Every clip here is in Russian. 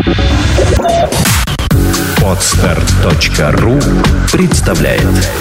Podstart.ru представляет.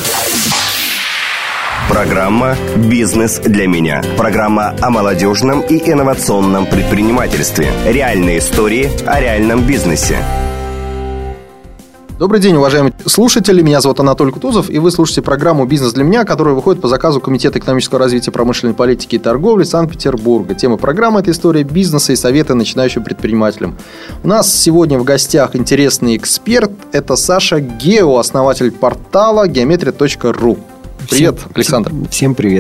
Программа «Бизнес для меня». Программа о молодежном и инновационном предпринимательстве. Реальные истории о реальном бизнесе. Добрый день, уважаемые слушатели. Меня зовут Анатолий Кутузов, и вы слушаете программу «Бизнес для меня», которая выходит по заказу Комитета экономического развития, промышленной политики и торговли Санкт-Петербурга. Тема программы – это история бизнеса и советы начинающим предпринимателям. У нас сегодня в гостях интересный эксперт. Это Саша Гео, основатель портала geometria.ru. Привет, Александр. Всем привет.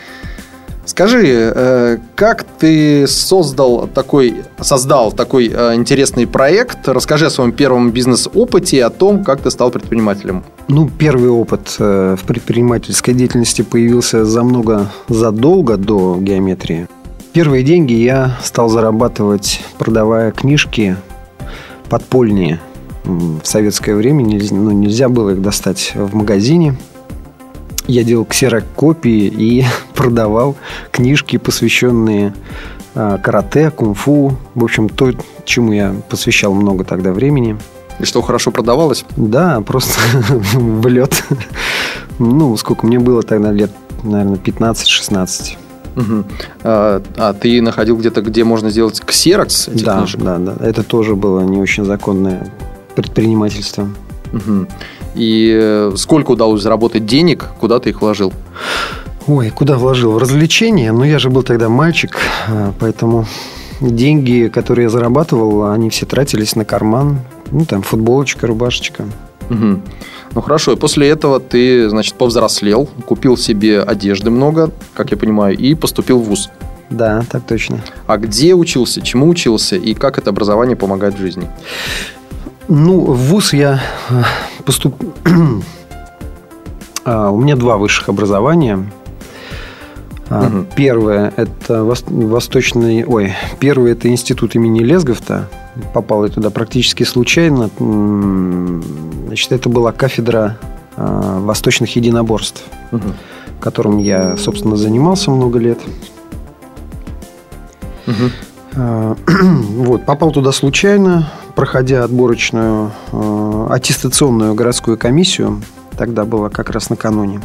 Скажи, как ты создал такой интересный проект? Расскажи о своем первом бизнес-опыте и о том, как ты стал предпринимателем. Первый опыт в предпринимательской деятельности появился задолго до геометрии. Первые деньги я стал зарабатывать, продавая книжки подпольные. В советское время нельзя было их достать в магазине. Я делал ксерокопии и продавал книжки, посвященные карате, кунг-фу. В общем, то, чему я посвящал много тогда времени. И что, хорошо продавалось? Да, просто в лед. Сколько мне было тогда лет, наверное, 15-16. Угу. А ты находил где-то, где можно сделать ксерокс этих книжек? Да. Это тоже было не очень законное предпринимательство. Угу. И сколько удалось заработать денег? Куда ты их вложил? Куда вложил? В развлечения. Но я же был тогда мальчик, поэтому деньги, которые я зарабатывал, они все тратились на карман. Футболочка, рубашечка. Угу. Хорошо. И после этого ты, повзрослел, купил себе одежды много, как я понимаю, и поступил в вуз. Да, так точно. А где учился, чему учился и как это образование помогает в жизни? В вуз я поступил. У меня 2 высших образования. Угу. Первое это Первый это институт имени Лесговта. Попал я туда практически случайно. Это была кафедра восточных единоборств, которым я, собственно, занимался много лет. Попал туда случайно, проходя отборочную аттестационную городскую комиссию. Тогда было как раз накануне.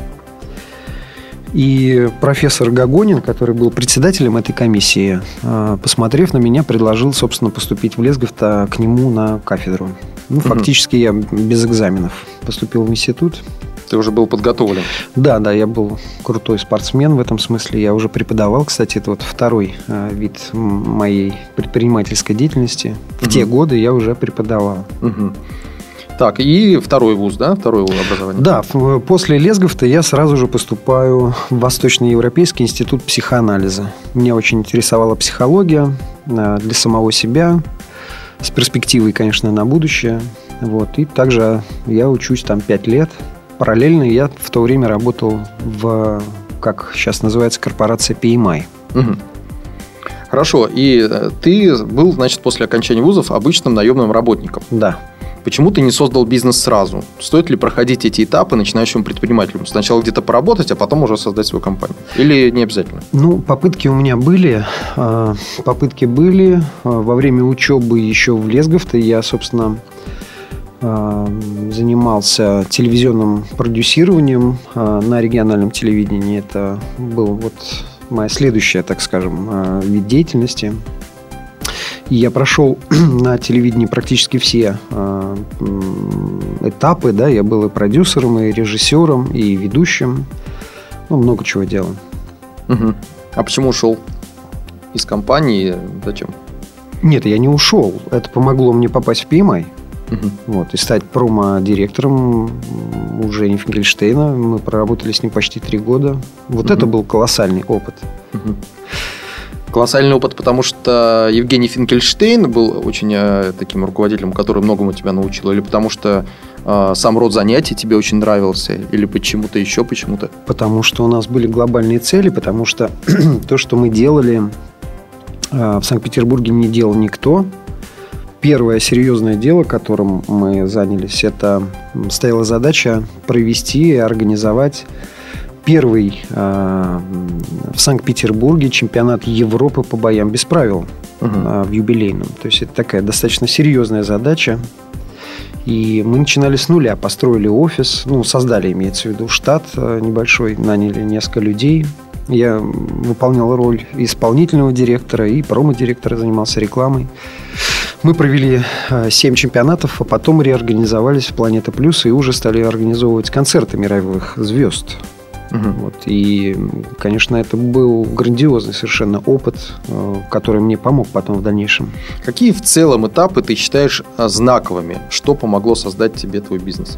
И профессор Гагонин, который был председателем этой комиссии, посмотрев на меня, предложил, собственно, поступить в Лесговт к нему на кафедру. Фактически я без экзаменов поступил в институт. Ты уже был подготовлен? Да, я был крутой спортсмен в этом смысле. Я уже преподавал, кстати, это второй вид моей предпринимательской деятельности. В те годы я уже преподавал. Так, и второй вуз, да? Второе образование? Да, после Лесговта я сразу же поступаю в Восточноевропейский институт психоанализа. Меня очень интересовала психология для самого себя, с перспективой, конечно, на будущее. И также я учусь там 5 лет. Параллельно я в то время работал в, как сейчас называется, корпорация PMI. Угу. Хорошо. И ты был, после окончания вузов обычным наемным работником. Да. Почему ты не создал бизнес сразу? Стоит ли проходить эти этапы начинающему предпринимателю? Сначала где-то поработать, а потом уже создать свою компанию? Или не обязательно? Попытки у меня были. Во время учебы еще в Лесговте я, собственно, занимался телевизионным продюсированием на региональном телевидении. Это был моя следующая, так скажем, вид деятельности. И я прошел на телевидении практически все этапы. Да? Я был и продюсером, и режиссером, и ведущим. Много чего делал. Угу. А почему ушел из компании? Зачем? Нет, я не ушел. Это помогло мне попасть в PMI. И стать промо-директором у Жени Финкельштейна. Мы проработали с ним почти 3 года. Это был колоссальный опыт. Колоссальный опыт, потому что Евгений Финкельштейн был очень таким руководителем, который многому тебя научил, или потому что сам род занятий тебе очень нравился, или почему-то еще почему-то? Потому что у нас были глобальные цели, потому что то, что мы делали в Санкт-Петербурге, не делал никто. Первое серьезное дело, которым мы занялись, это стояла задача провести и организовать первый в Санкт-Петербурге чемпионат Европы по боям без правил. в юбилейном. То есть это такая достаточно серьезная задача. И мы начинали с нуля, построили офис, создали, имеется в виду, штат небольшой, наняли несколько людей. Я выполнял роль исполнительного директора и промо-директора, занимался рекламой. Мы провели 7 чемпионатов, а потом реорганизовались в «Планета Плюс» и уже стали организовывать концерты мировых звезд. Вот. И, конечно, это был грандиозный совершенно опыт, который мне помог потом в дальнейшем. Какие в целом этапы ты считаешь знаковыми? Что помогло создать тебе твой бизнес?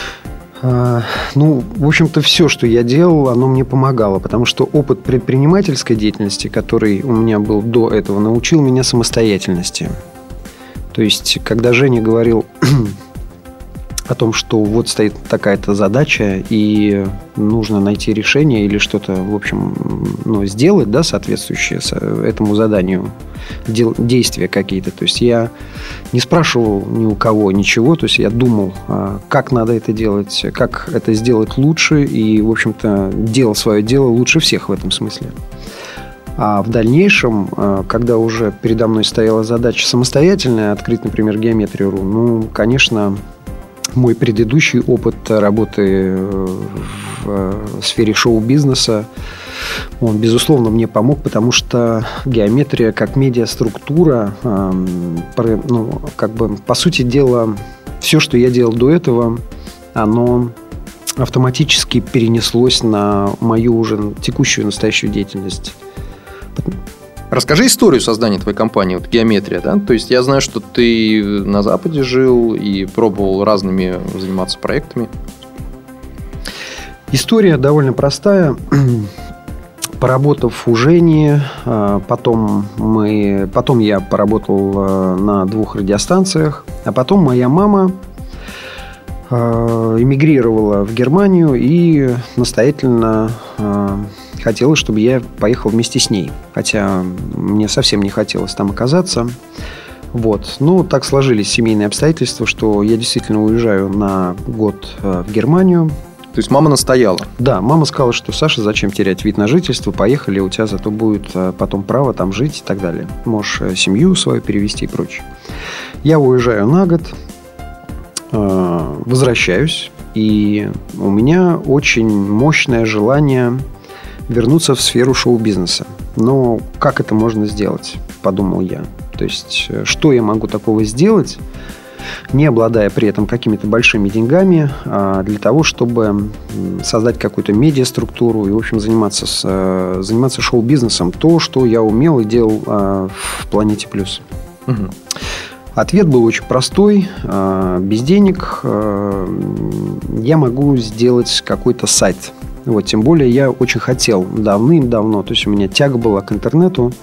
В общем-то, все, что я делал, оно мне помогало, потому что опыт предпринимательской деятельности, который у меня был до этого, научил меня самостоятельности. То есть, когда Женя говорил о том, что вот стоит такая-то задача, и нужно найти решение или что-то, в общем, сделать, соответствующее этому заданию, действия какие-то. То есть я не спрашивал ни у кого ничего, то есть я думал, как надо это делать, как это сделать лучше, и, в общем-то, делал свое дело лучше всех в этом смысле. А в дальнейшем, когда уже передо мной стояла задача самостоятельная, открыть, например, Geometry.ru, конечно, мой предыдущий опыт работы в сфере шоу-бизнеса, он, безусловно, мне помог, потому что геометрия как медиаструктура, по сути дела, все, что я делал до этого, оно автоматически перенеслось на мою уже текущую, настоящую деятельность. Расскажи историю создания твоей компании, «Геометрия». Да? То есть я знаю, что ты на Западе жил и пробовал разными заниматься проектами. История довольно простая. Поработав у Жени, потом я поработал на 2 радиостанциях, а потом моя мама эмигрировала в Германию и настоятельно хотела, чтобы я поехал вместе с ней. Хотя мне совсем не хотелось там оказаться. Вот. Но так сложились семейные обстоятельства, что я действительно уезжаю на год в Германию. То есть мама настояла? Да, мама сказала, что Саша, зачем терять вид на жительство, поехали, у тебя зато будет потом право там жить и так далее. Можешь семью свою перевести и прочее. Я уезжаю на год, возвращаюсь, и у меня очень мощное желание вернуться в сферу шоу-бизнеса. Но как это можно сделать, подумал я. То есть, что я могу такого сделать, не обладая при этом какими-то большими деньгами, для того, чтобы создать какую-то медиаструктуру и, в общем, заниматься шоу-бизнесом. То, что я умел и делал в «Планете Плюс». Угу. Ответ был очень простой. Без денег я могу сделать какой-то сайт. Вот, тем более я очень хотел давным-давно, то есть у меня тяга была к интернету,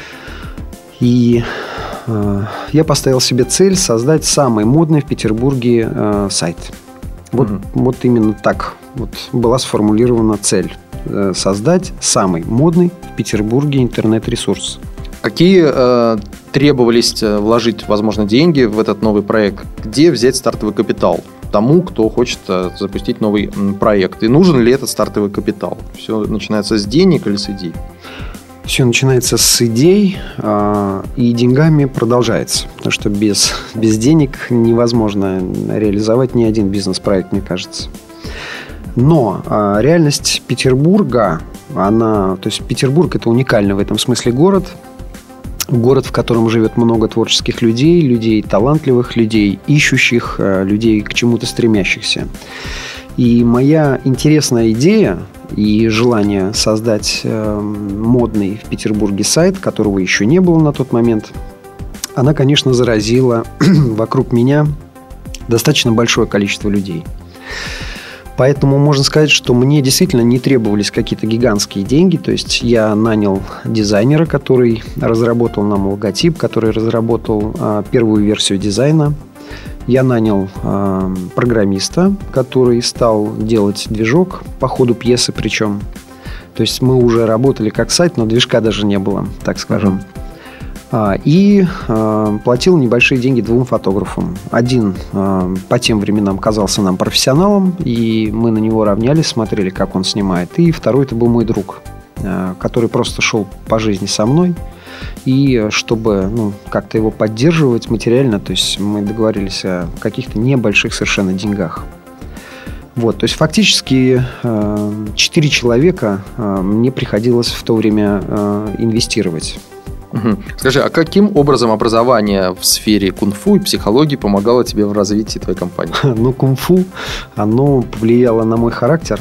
и я поставил себе цель создать самый модный в Петербурге сайт. Вот именно так вот была сформулирована цель. Создать самый модный в Петербурге интернет-ресурс. Какие требовались вложить, возможно, деньги в этот новый проект? Где взять стартовый капитал тому, кто хочет запустить новый проект? И нужен ли этот стартовый капитал? Все начинается с денег или с идей? Все начинается с идей, и деньгами продолжается. Потому что без денег невозможно реализовать ни один бизнес-проект, мне кажется. Но реальность Петербурга, то есть Петербург – это уникальный в этом смысле город, в котором живет много творческих людей талантливых, людей ищущих, людей к чему-то стремящихся. И моя интересная идея и желание создать модный в Петербурге сайт, которого еще не было на тот момент, она, конечно, заразила вокруг меня достаточно большое количество людей. Поэтому можно сказать, что мне действительно не требовались какие-то гигантские деньги. То есть я нанял дизайнера, который разработал нам логотип, который разработал первую версию дизайна. Я нанял программиста, который стал делать движок по ходу пьесы причем. То есть мы уже работали как сайт, но движка даже не было, так скажем. И платил небольшие деньги 2 фотографам. Один по тем временам казался нам профессионалом, и мы на него равнялись, смотрели, как он снимает. И второй – это был мой друг, который просто шел по жизни со мной. И чтобы как-то его поддерживать материально, то есть мы договорились о каких-то небольших совершенно деньгах. Вот, то есть фактически 4 человека мне приходилось в то время инвестировать. Скажи, а каким образом образование в сфере кунг-фу и психологии помогало тебе в развитии твоей компании? Кунг-фу, оно повлияло на мой характер.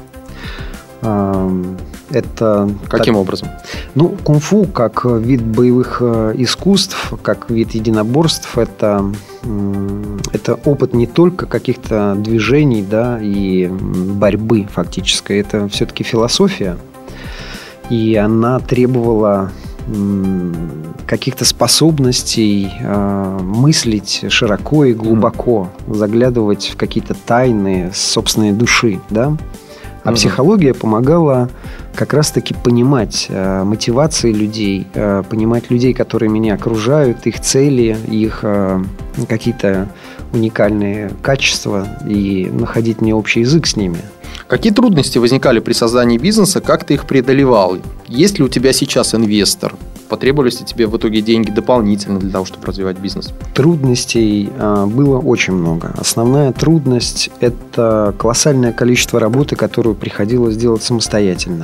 Каким образом? Кунг-фу как вид боевых искусств, как вид единоборств, это опыт не только каких-то движений, да, и борьбы фактической. Это все-таки философия, и она требовала каких-то способностей мыслить широко и глубоко, заглядывать в какие-то тайны собственной души, да. А психология помогала как раз-таки понимать мотивации людей, понимать людей, которые меня окружают, их цели, их какие-то уникальные качества и находить мне общий язык с ними. Какие трудности возникали при создании бизнеса, как ты их преодолевал? Есть ли у тебя сейчас инвестор? Потребовались ли тебе в итоге деньги дополнительно для того, чтобы развивать бизнес? Трудностей было очень много. Основная трудность – это колоссальное количество работы, которую приходилось делать самостоятельно.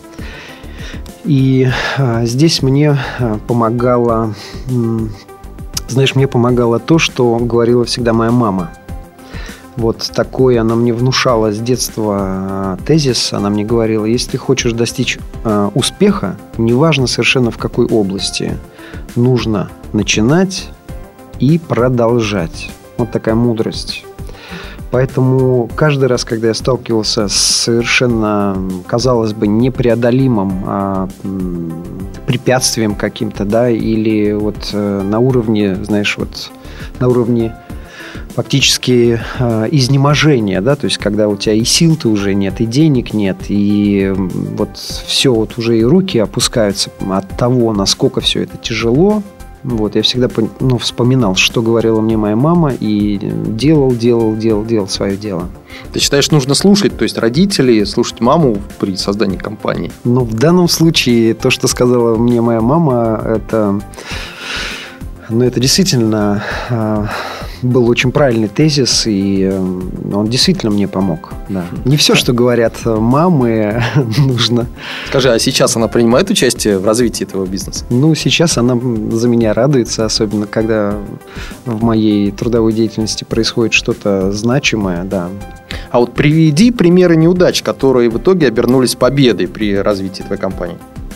И здесь мне помогало, мне помогало то, что говорила всегда моя мама. Вот такой она мне внушала с детства тезис. Она мне говорила: если ты хочешь достичь успеха, неважно совершенно в какой области, нужно начинать и продолжать. Вот такая мудрость. Поэтому каждый раз, когда я сталкивался с совершенно, казалось бы, непреодолимым препятствием каким-то, да, или вот на уровне, на уровне фактически изнеможения, да, то есть когда у тебя и сил-то уже нет, и денег нет, и вот все, вот уже и руки опускаются от того, насколько все это тяжело. Вот, я всегда вспоминал, что говорила мне моя мама, и делал свое дело. Ты считаешь, нужно слушать, то есть родителей, слушать маму при создании компании? В данном случае то, что сказала мне моя мама, это действительно был очень правильный тезис, и он действительно мне помог. Да. Не все, что говорят мамы, нужно. Скажи, а сейчас она принимает участие в развитии этого бизнеса? Сейчас она за меня радуется, особенно когда в моей трудовой деятельности происходит что-то значимое, да. А вот приведи примеры неудач, которые в итоге обернулись победой при развитии твоей компании.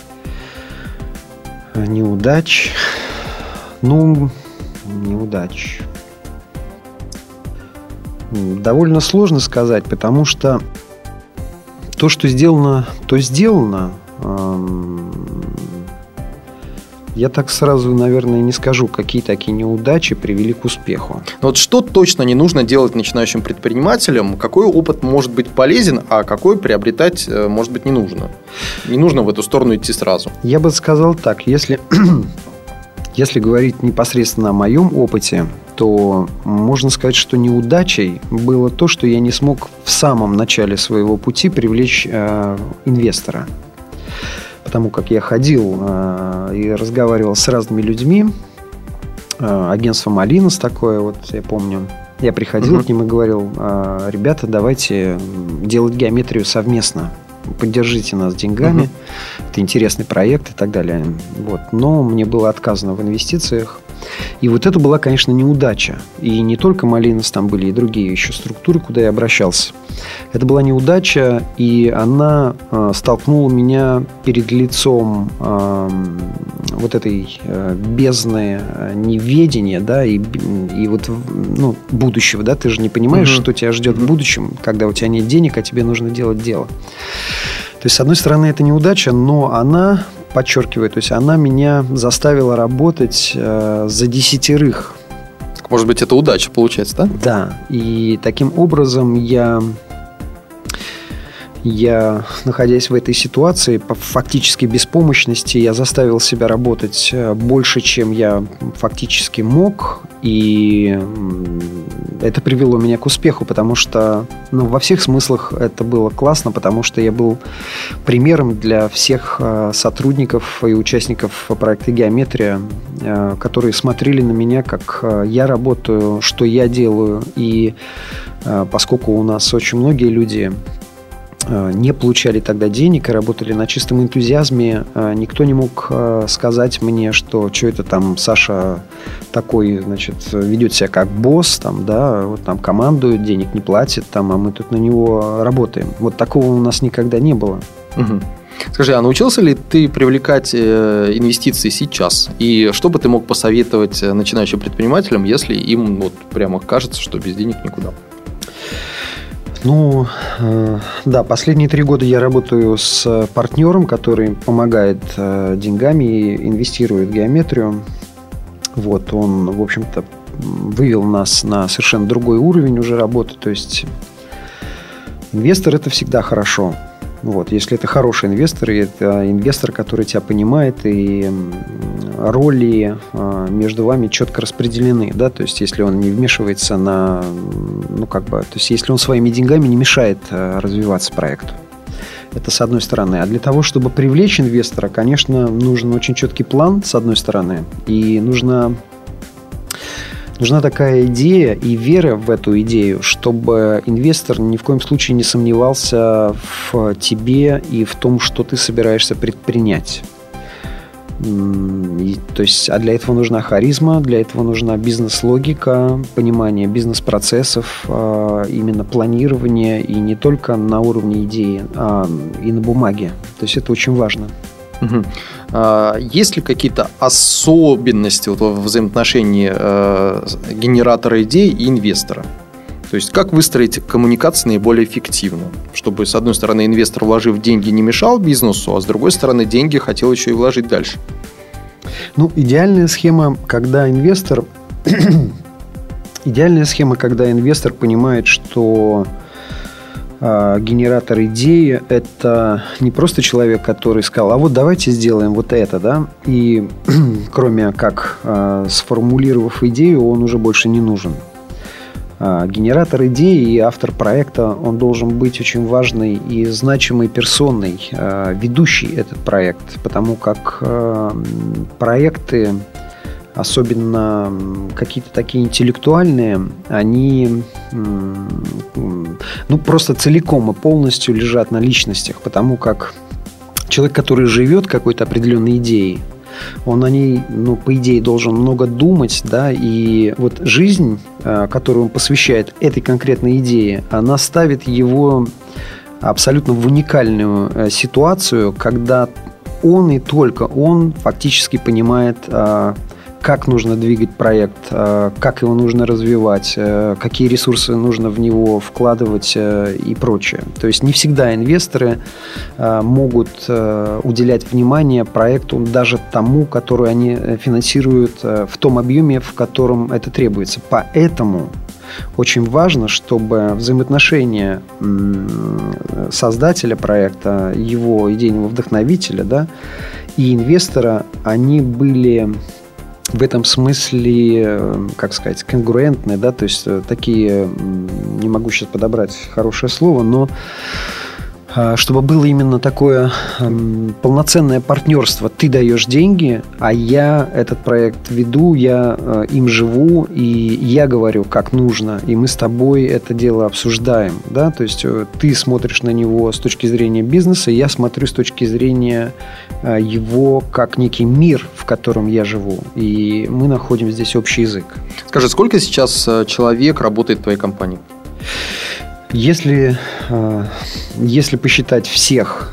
Неудач. Довольно сложно сказать, потому что то, что сделано, то сделано. Я так сразу, наверное, не скажу, какие такие неудачи привели к успеху. Но вот что точно не нужно делать начинающим предпринимателям? Какой опыт может быть полезен, а какой приобретать, может быть, не нужно? Не нужно в эту сторону идти сразу. Я бы сказал так, если говорить непосредственно о моем опыте, то можно сказать, что неудачей было то, что я не смог в самом начале своего пути привлечь инвестора. Потому как я ходил и разговаривал с разными людьми. Агентство «Малинос» такое, вот я помню. Я приходил к ним и говорил: ребята, давайте делать геометрию совместно. Поддержите нас деньгами. Это интересный проект и так далее. Вот. Но мне было отказано в инвестициях. И вот это была, конечно, неудача. И не только «Малинос», там были и другие еще структуры, куда я обращался. Это была неудача, и она столкнула меня перед лицом вот этой бездны неведения, да, и вот, будущего, да, ты же не понимаешь, что тебя ждет в будущем, когда у тебя нет денег, а тебе нужно делать дело. То есть, с одной стороны, это неудача, но она, подчеркиваю, то есть она меня заставила работать за 10. Может быть, это удача получается, да? Да. И таким образом я я, находясь в этой ситуации, по фактически беспомощности, я заставил себя работать больше, чем я фактически мог. И это привело меня к успеху, потому что во всех смыслах это было классно, потому что я был примером для всех сотрудников и участников проекта «Геометрия», которые смотрели на меня, как я работаю, что я делаю. И поскольку у нас очень многие люди не получали тогда денег и работали на чистом энтузиазме, никто не мог сказать мне, что это там Саша такой, значит, ведет себя как босс, там, да, вот там командует, денег не платит, там, а мы тут на него работаем. Вот такого у нас никогда не было. Угу. Скажи, а научился ли ты привлекать инвестиции сейчас? И что бы ты мог посоветовать начинающим предпринимателям, если им вот прямо кажется, что без денег никуда? Да, последние 3 года я работаю с партнером, который помогает деньгами и инвестирует в геометрию. Вот, он, в общем-то, вывел нас на совершенно другой уровень уже работы. То есть инвестор – это всегда хорошо. Вот, если это хороший инвестор, и это инвестор, который тебя понимает, и роли между вами четко распределены, да, то есть если он не вмешивается то есть если он своими деньгами не мешает развиваться проекту. Это с одной стороны. А для того, чтобы привлечь инвестора, конечно, нужен очень четкий план, с одной стороны, и нужна такая идея и вера в эту идею, чтобы инвестор ни в коем случае не сомневался в тебе и в том, что ты собираешься предпринять. А для этого нужна харизма, для этого нужна бизнес-логика, понимание бизнес-процессов, именно планирование, и не только на уровне идеи, а и на бумаге. То есть это очень важно. Угу. Есть ли какие-то особенности во взаимоотношении генератора идей и инвестора? То есть как выстроить коммуникации наиболее эффективно, чтобы, с одной стороны, инвестор, вложив деньги, не мешал бизнесу, а с другой стороны, деньги хотел еще и вложить дальше? Идеальная схема, когда инвестор понимает, что генератор идеи – это не просто человек, который сказал, а вот давайте сделаем вот это, да, и кроме как сформулировав идею, он уже больше не нужен. Генератор идеи и автор проекта, он должен быть очень важной и значимой персоной, ведущей этот проект, потому как проекты, особенно какие-то такие интеллектуальные, они просто целиком и полностью лежат на личностях, потому как человек, который живет какой-то определенной идеей, он о ней, по идее, должен много думать, да, и вот жизнь, которую он посвящает этой конкретной идее, она ставит его абсолютно в уникальную ситуацию, когда он и только он фактически понимает, как нужно двигать проект, как его нужно развивать, какие ресурсы нужно в него вкладывать и прочее. То есть не всегда инвесторы могут уделять внимание проекту, даже тому, который они финансируют в том объеме, в котором это требуется. Поэтому очень важно, чтобы взаимоотношения создателя проекта, его идейного вдохновителя, да, и инвестора, они были в этом смысле, как сказать, конгруентные, да, то есть такие, не могу сейчас подобрать хорошее слово, но чтобы было именно такое полноценное партнерство. Ты даешь деньги, а я этот проект веду, я им живу, и я говорю, как нужно, и мы с тобой это дело обсуждаем. Да? То есть ты смотришь на него с точки зрения бизнеса, я смотрю с точки зрения его как некий мир, в котором я живу. И мы находим здесь общий язык. Скажи, сколько сейчас человек работает в твоей компании? Если посчитать всех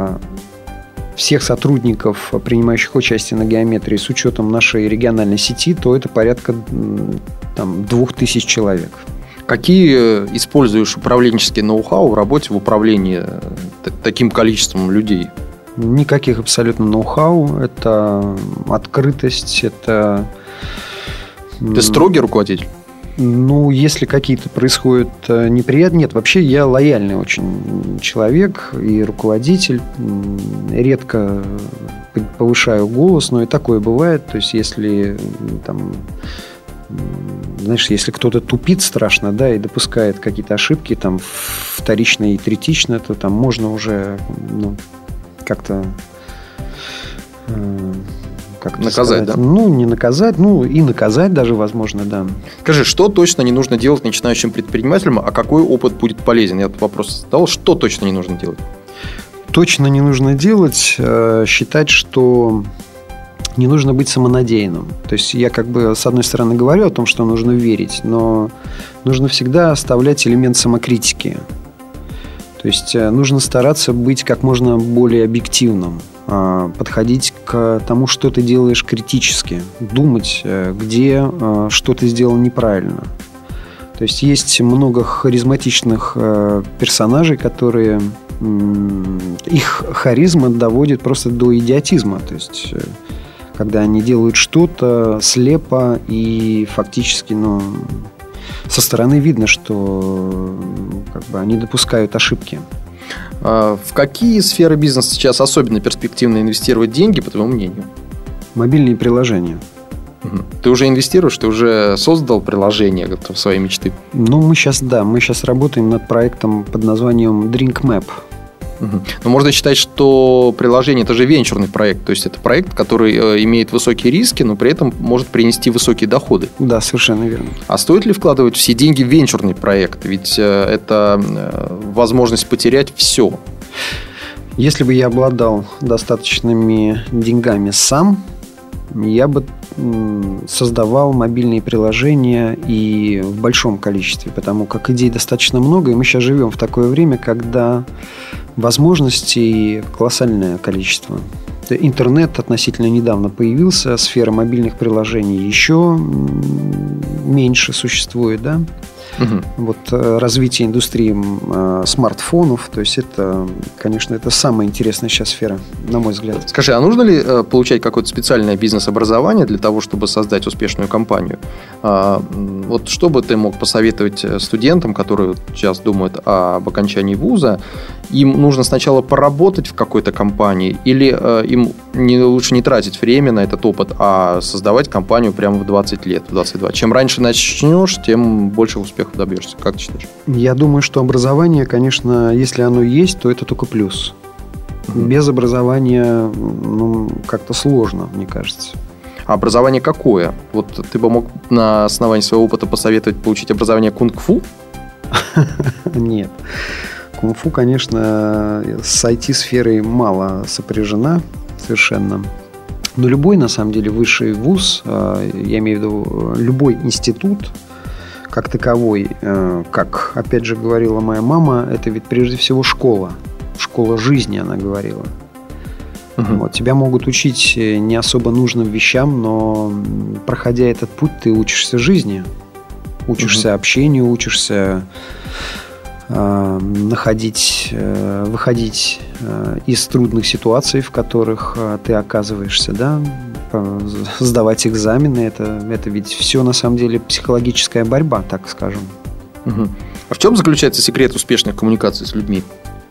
сотрудников, принимающих участие на геометрии, с учетом нашей региональной сети, то это порядка 2000 человек. Какие используешь управленческие ноу-хау в работе в управлении таким количеством людей? Никаких абсолютно ноу-хау. Это открытость, это... Ты строгий руководитель? Ну, если какие-то происходят неприятные... Нет, вообще я лояльный очень человек и руководитель. Редко повышаю голос, но и такое бывает. То есть, если там... Знаешь, если кто-то тупит страшно, да, и допускает какие-то ошибки, там, вторично и третично, то там можно уже, ну, как-то... наказать, да? Ну, не наказать, ну, и наказать даже, возможно, да. Скажи, что точно не нужно делать начинающим предпринимателям, а какой опыт будет полезен? Я этот вопрос задал. Что точно не нужно делать? Точно не нужно делать, считать, что не нужно быть самонадеянным. То есть я как бы с одной стороны говорю о том, что нужно верить, но нужно всегда оставлять элемент самокритики. То есть нужно стараться быть как можно более объективным, подходить к тому, что ты делаешь критически, думать, где что ты сделал неправильно. То есть есть много харизматичных персонажей, которые их харизма доводит просто до идиотизма. То есть когда они делают что-то слепо и фактически, ну, со стороны видно, что как бы они допускают ошибки. В какие сферы бизнеса сейчас особенно перспективно инвестировать деньги, по твоему мнению? Мобильные приложения. Ты уже инвестируешь, ты уже создал приложение в своей мечты? Ну, мы сейчас работаем над проектом под названием Drink Map. Но можно считать, что приложение – это же венчурный проект. То есть, это проект, который имеет высокие риски, но при этом может принести высокие доходы. Да, совершенно верно. А стоит ли вкладывать все деньги в венчурный проект? Ведь это возможность потерять все. Если бы я обладал достаточными деньгами сам, я бы создавал мобильные приложения и в большом количестве, потому как идей достаточно много, и мы сейчас живем в такое время, когда возможностей колоссальное количество. Интернет относительно недавно появился, сфера мобильных приложений еще меньше существует, да? Вот развитие индустрии смартфонов, то есть это, конечно, это самая интересная сейчас сфера, на мой взгляд. Скажи, а нужно ли получать какое-то специальное бизнес-образование для того, чтобы создать успешную компанию? Вот что бы ты мог посоветовать студентам, которые сейчас думают об окончании вуза? Им нужно сначала поработать в какой-то компании или им лучше не тратить время на этот опыт, а создавать компанию прямо в 20 лет, в 22? Чем раньше начнешь, тем больше успехов добьешься. Как ты считаешь? Я думаю, что образование, конечно, если оно есть, то это только плюс. Без образования, ну, как-то сложно, мне кажется. А образование какое? Вот ты бы мог на основании своего опыта посоветовать получить образование кунг-фу? Нет. Кунг-фу, конечно, с IT-сферой мало сопряжена совершенно. Но любой, на самом деле, высший вуз, я имею в виду любой институт, как таковой, как, опять же, говорила моя мама, это ведь прежде всего школа. Школа жизни, она говорила. Вот, тебя могут учить не особо нужным вещам, но проходя этот путь, ты учишься жизни. Учишься общению, учишься выходить из трудных ситуаций, в которых ты оказываешься, да, сдавать экзамены. Это ведь все на самом деле психологическая борьба, так скажем. А в чем заключается секрет успешных коммуникаций с людьми?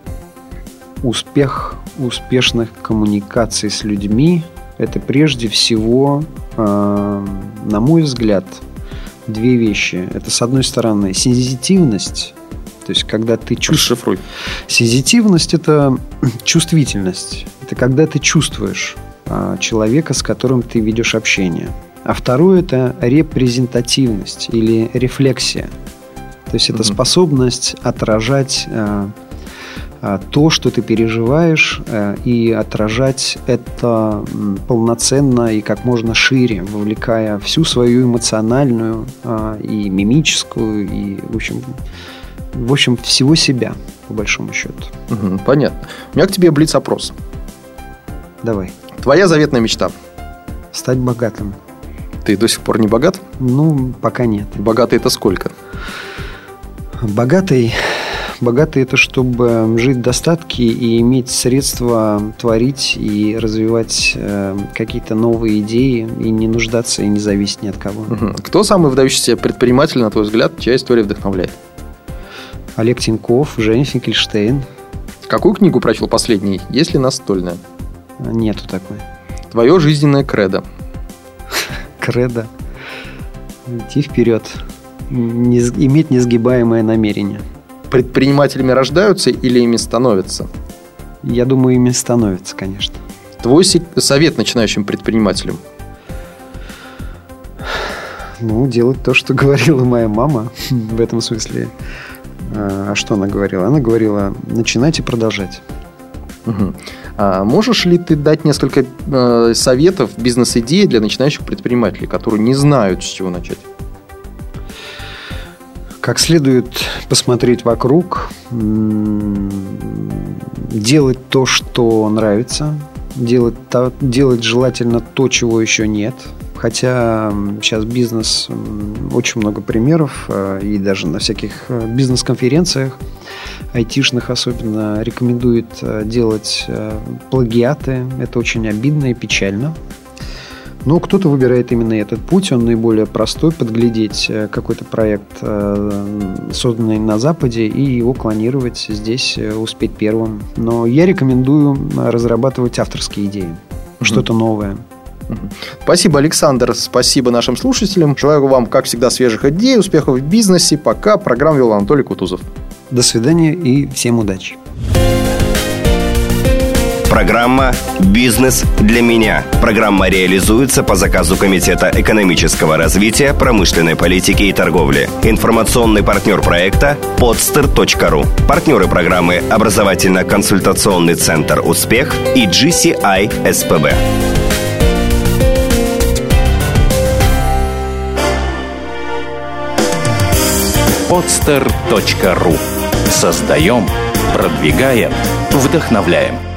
Успех успешных коммуникаций с людьми – это прежде всего, на мой взгляд, две вещи. Это, с одной стороны, сензитивность, то есть когда ты чувствуешь... Расшифруй. Сензитивность – это чувствительность. Это когда ты чувствуешь человека, с которым ты ведешь общение. А второе – это репрезентативность или рефлексия. То есть это способность отражать то, что ты переживаешь, и отражать это полноценно и как можно шире, вовлекая всю свою эмоциональную и мимическую, и, в общем, всего себя, по большому счету. Понятно. У меня к тебе блиц-опрос. Давай. Твоя заветная мечта? Стать богатым. Ты до сих пор не богат? Ну, пока нет. Богатый – это сколько? Богатый Богатый – это чтобы жить в достатке и иметь средства творить и развивать какие-то новые идеи, и не нуждаться и не зависеть ни от кого. Кто самый выдающийся предприниматель, на твой взгляд, чья история вдохновляет? Олег Тиньков, Женя Финкельштейн. Какую книгу прочел последний? Есть ли настольная? Нету такой. Твое жизненное кредо? Кредо. Идти вперед. Иметь несгибаемое намерение. Предпринимателями рождаются или ими становятся? Я думаю, ими становятся, конечно. Твой совет начинающим предпринимателям? Делать то, что говорила моя мама в этом смысле. А что она говорила? Она говорила, начинайте продолжать. А можешь ли ты дать несколько советов, бизнес-идей для начинающих предпринимателей, которые не знают, с чего начать? Как следует посмотреть вокруг, делать то, что нравится, делать желательно то, чего еще нет. Хотя сейчас бизнес, очень много примеров, и даже на всяких бизнес-конференциях, айтишных особенно, рекомендует делать плагиаты. Это очень обидно и печально. Но кто-то выбирает именно этот путь, он наиболее простой, подглядеть какой-то проект, созданный на Западе, и его клонировать здесь, успеть первым. Но я рекомендую разрабатывать авторские идеи, что-то новое. Спасибо, Александр. Спасибо нашим слушателям. Желаю вам, как всегда, свежих идей, успехов в бизнесе. Пока. Программу вел Анатолий Кутузов. До свидания и всем удачи. Программа «Бизнес для меня». Программа реализуется по заказу Комитета экономического развития, промышленной политики и торговли. Информационный партнер проекта – podster.ru. Партнеры программы – образовательно-консультационный центр «Успех» и GCI СПБ. podster.ru. Создаем, продвигаем, вдохновляем.